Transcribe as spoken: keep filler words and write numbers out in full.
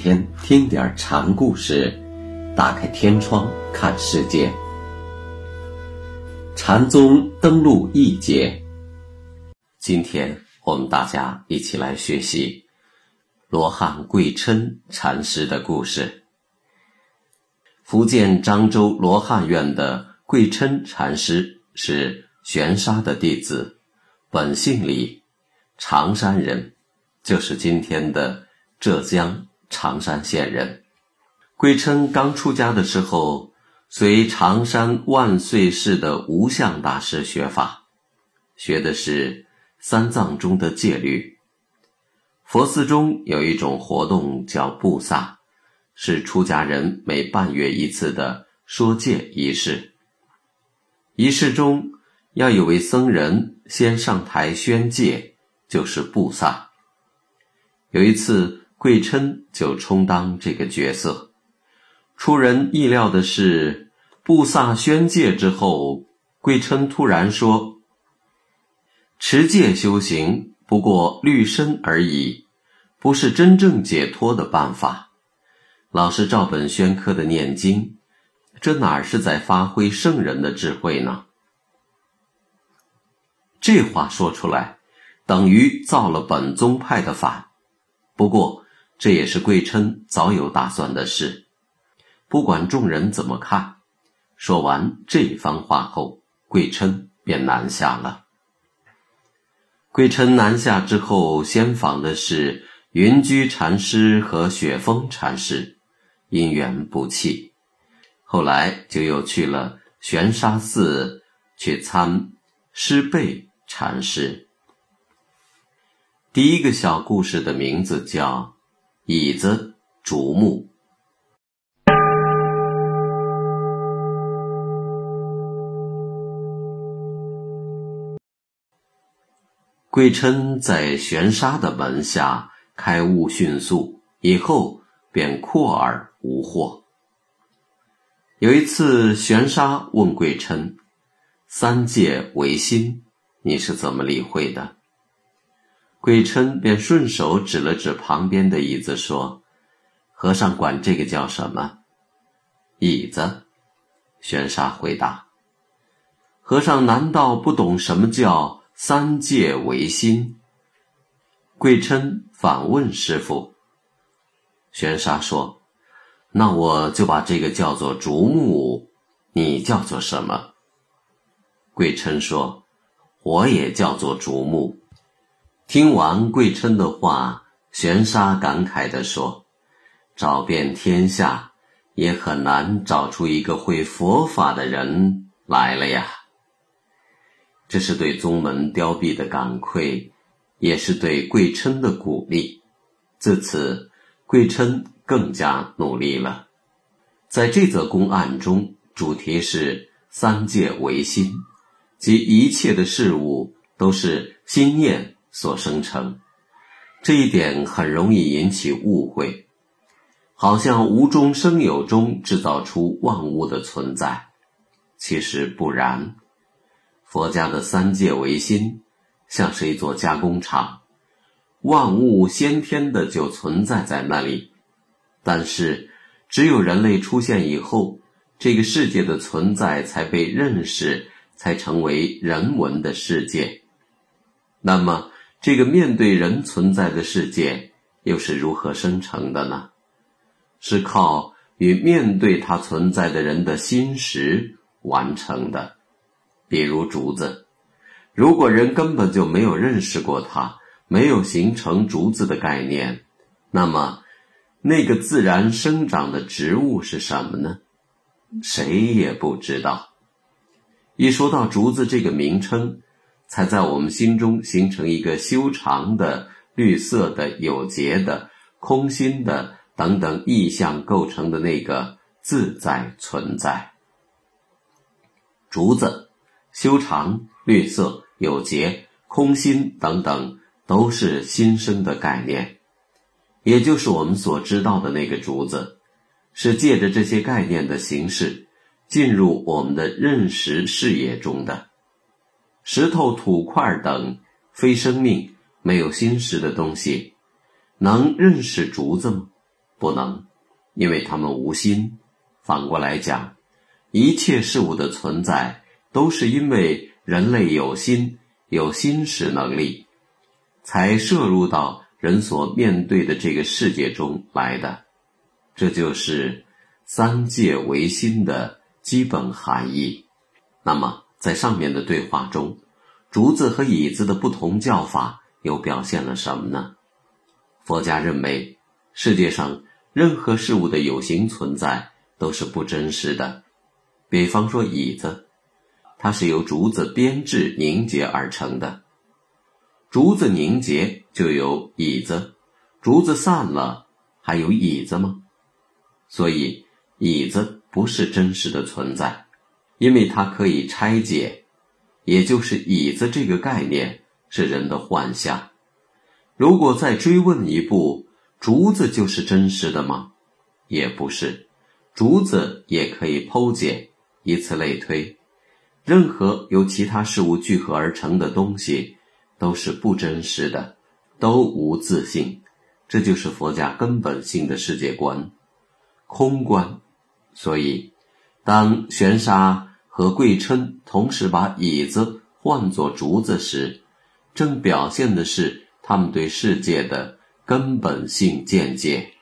天听点禅故事，打开天窗看世界。禅宗登陆一节，今天我们大家一起来学习罗汉贵琛禅师的故事。福建漳州罗汉院的贵琛禅师是玄沙的弟子，本姓李，常山人，就是今天的浙江常山县人。贵琛刚出家的时候，随常山万岁寺的无相大师学法，学的是三藏中的戒律。佛寺中有一种活动叫布萨，是出家人每半月一次的说戒仪式。仪式中要有位僧人先上台宣戒，就是布萨。有一次贵琛就充当这个角色。出人意料的是，布萨宣戒之后，贵琛突然说，持戒修行不过律身而已，不是真正解脱的办法。老是照本宣科的念经，这哪是在发挥圣人的智慧呢？这话说出来，等于造了本宗派的反。不过这也是贵琛早有打算的事，不管众人怎么看。说完这番话后，贵琛便南下了。贵琛南下之后，先访的是云居禅师和雪峰禅师，因缘不弃。后来就又去了玄沙寺去参师贝禅师。第一个小故事的名字叫椅子竹木。贵琛在玄沙的门下开悟迅速，以后便阔而无惑。有一次玄沙问贵琛，三界唯心，你是怎么理会的？贵琛便顺手指了指旁边的椅子说，和尚管这个叫什么？椅子。玄沙回答，和尚难道不懂什么叫三界唯心？贵琛反问师父。玄沙说，那我就把这个叫做竹木，你叫做什么？贵琛说，我也叫做竹木。听完贵琛的话，玄沙感慨地说，找遍天下也很难找出一个会佛法的人来了呀。这是对宗门凋敝的感愧，也是对贵琛的鼓励。自此贵琛更加努力了。在这则公案中，主题是三界唯心，即一切的事物都是心念所生成。这一点很容易引起误会，好像无中生有中制造出万物的存在。其实不然，佛家的三界唯心像是一座加工厂，万物先天的就存在在那里，但是只有人类出现以后，这个世界的存在才被认识，才成为人文的世界。那么这个面对人存在的世界又是如何生成的呢？是靠与面对它存在的人的心识完成的。比如竹子，如果人根本就没有认识过它，没有形成竹子的概念，那么那个自然生长的植物是什么呢？谁也不知道。一说到竹子这个名称，才在我们心中形成一个修长的、绿色的、有节的、空心的等等意象构成的那个自在存在。竹子修长、绿色、有节、空心等等都是新生的概念，也就是我们所知道的那个竹子，是借着这些概念的形式进入我们的认识视野中的。石头、土块等非生命、没有心识的东西，能认识竹子吗？ 不能，因为它们无心。反过来讲，一切事物的存在都是因为人类有心，有心识能力，才摄入到人所面对的这个世界中来的。这就是三界唯心的基本含义。那么在上面的对话中，竹子和椅子的不同叫法又表现了什么呢？佛家认为，世界上任何事物的有形存在都是不真实的。比方说椅子，它是由竹子编制凝结而成的，竹子凝结就有椅子，竹子散了还有椅子吗？所以椅子不是真实的存在，因为它可以拆解，也就是椅子这个概念是人的幻象。如果再追问一步，竹子就是真实的吗？也不是，竹子也可以剖解，以此类推。任何由其他事物聚合而成的东西都是不真实的，都无自性。这就是佛家根本性的世界观，空观。所以当玄沙和贵琛同时把椅子换作竹子时，正表现的是他们对世界的根本性见解。